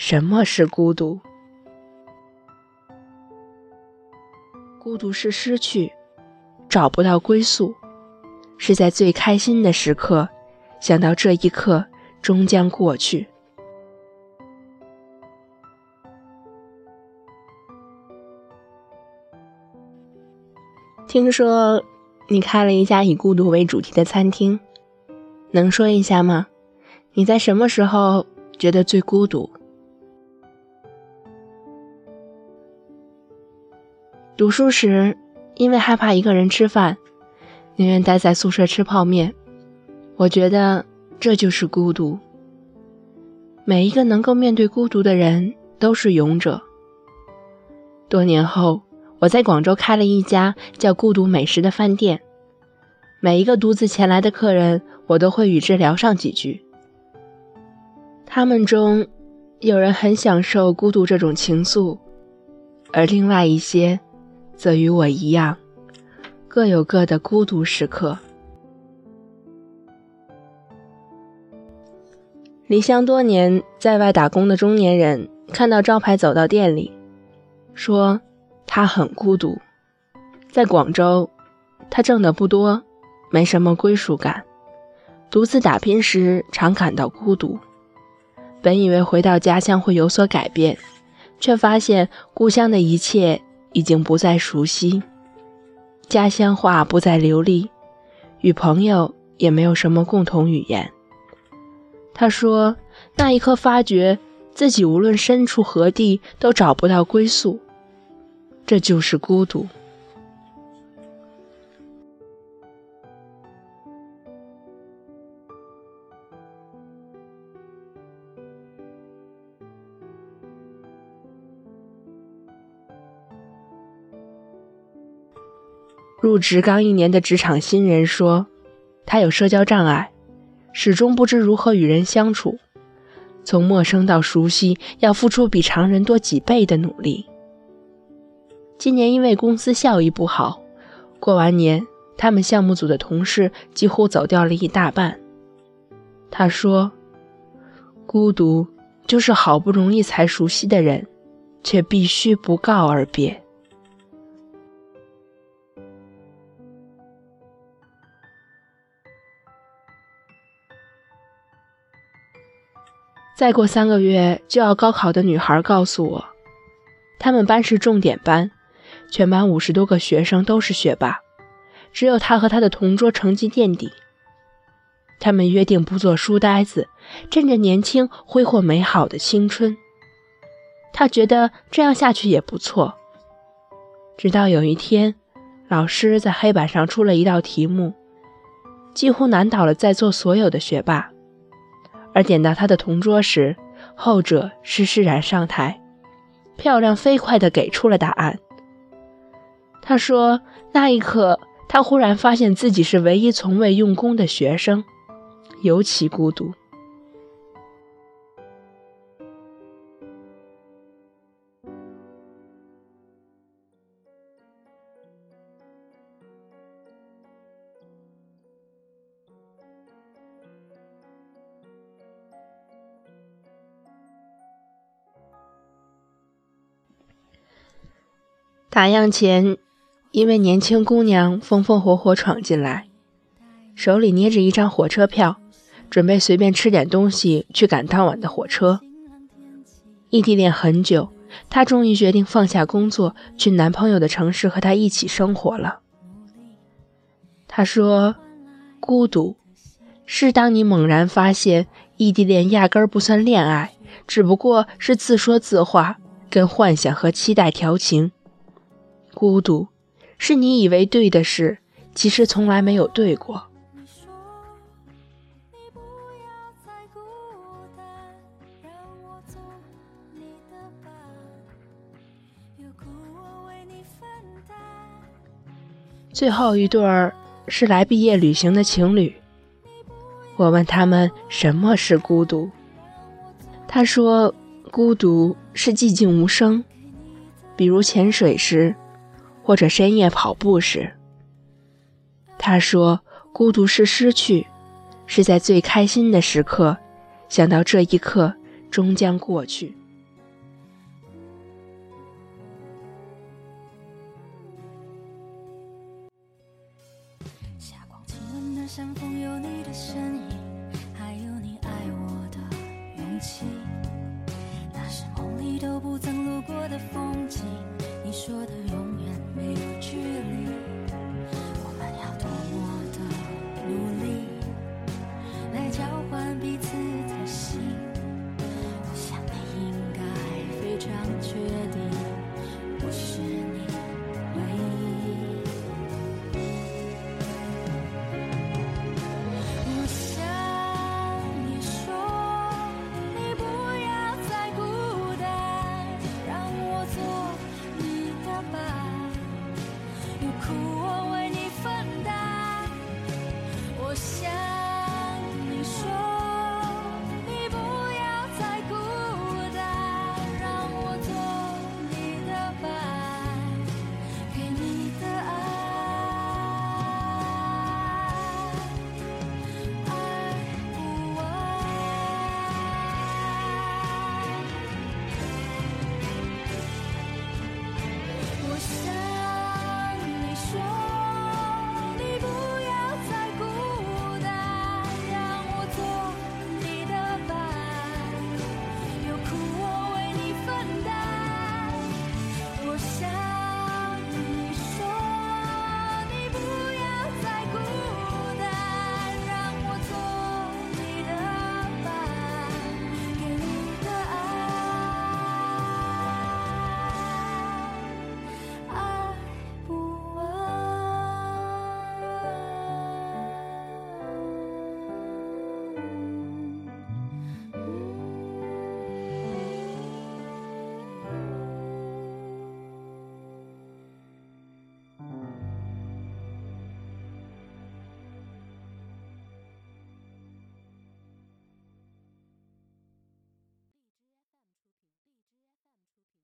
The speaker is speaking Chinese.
什么是孤独？孤独是失去，找不到归宿，是在最开心的时刻，想到这一刻终将过去。听说你开了一家以孤独为主题的餐厅，能说一下吗？你在什么时候觉得最孤独？读书时，因为害怕一个人吃饭，宁愿待在宿舍吃泡面。我觉得这就是孤独。每一个能够面对孤独的人都是勇者。多年后，我在广州开了一家叫孤独美食的饭店。每一个独自前来的客人，我都会与之聊上几句。他们中有人很享受孤独这种情愫，而另外一些则与我一样，各有各的孤独时刻。离乡多年在外打工的中年人看到招牌走到店里，说他很孤独。在广州，他挣得不多，没什么归属感，独自打拼时常感到孤独。本以为回到家乡会有所改变，却发现故乡的一切已经不再熟悉，家乡话不再流利，与朋友也没有什么共同语言。他说，那一刻发觉自己无论身处何地都找不到归宿，这就是孤独。入职刚1年的职场新人说，他有社交障碍，始终不知如何与人相处，从陌生到熟悉要付出比常人多几倍的努力。今年因为公司效益不好，过完年他们项目组的同事几乎走掉了一大半。他说，孤独就是好不容易才熟悉的人，却必须不告而别。再过3个月就要高考的女孩告诉我，他们班是重点班，全班50多个学生都是学霸，只有她和她的同桌成绩垫底。他们约定不做书呆子，趁着年轻挥霍美好的青春。她觉得这样下去也不错。直到有一天，老师在黑板上出了一道题目，几乎难倒了在座所有的学霸。而点到他的同桌时，后者施然上台，漂亮飞快地给出了答案。他说，那一刻他忽然发现自己是唯一从未用功的学生，尤其孤独。打烊前，一位年轻姑娘风风火火闯进来，手里捏着一张火车票，准备随便吃点东西去赶当晚的火车。异地恋很久，她终于决定放下工作，去男朋友的城市和他一起生活了。她说，孤独是当你猛然发现异地恋压根儿不算恋爱，只不过是自说自话，跟幻想和期待调情。孤独是你以为对的事，其实从来没有对过。最后一对儿是来毕业旅行的情侣，我问他们什么是孤独，他说，孤独是寂静无声，比如潜水时，或者深夜跑步时。他说，孤独是失去，是在最开心的时刻，想到这一刻终将过去。 相逢有你的身影，还有你爱我的勇气，那是梦里都不曾路过的风景，你说的永远没有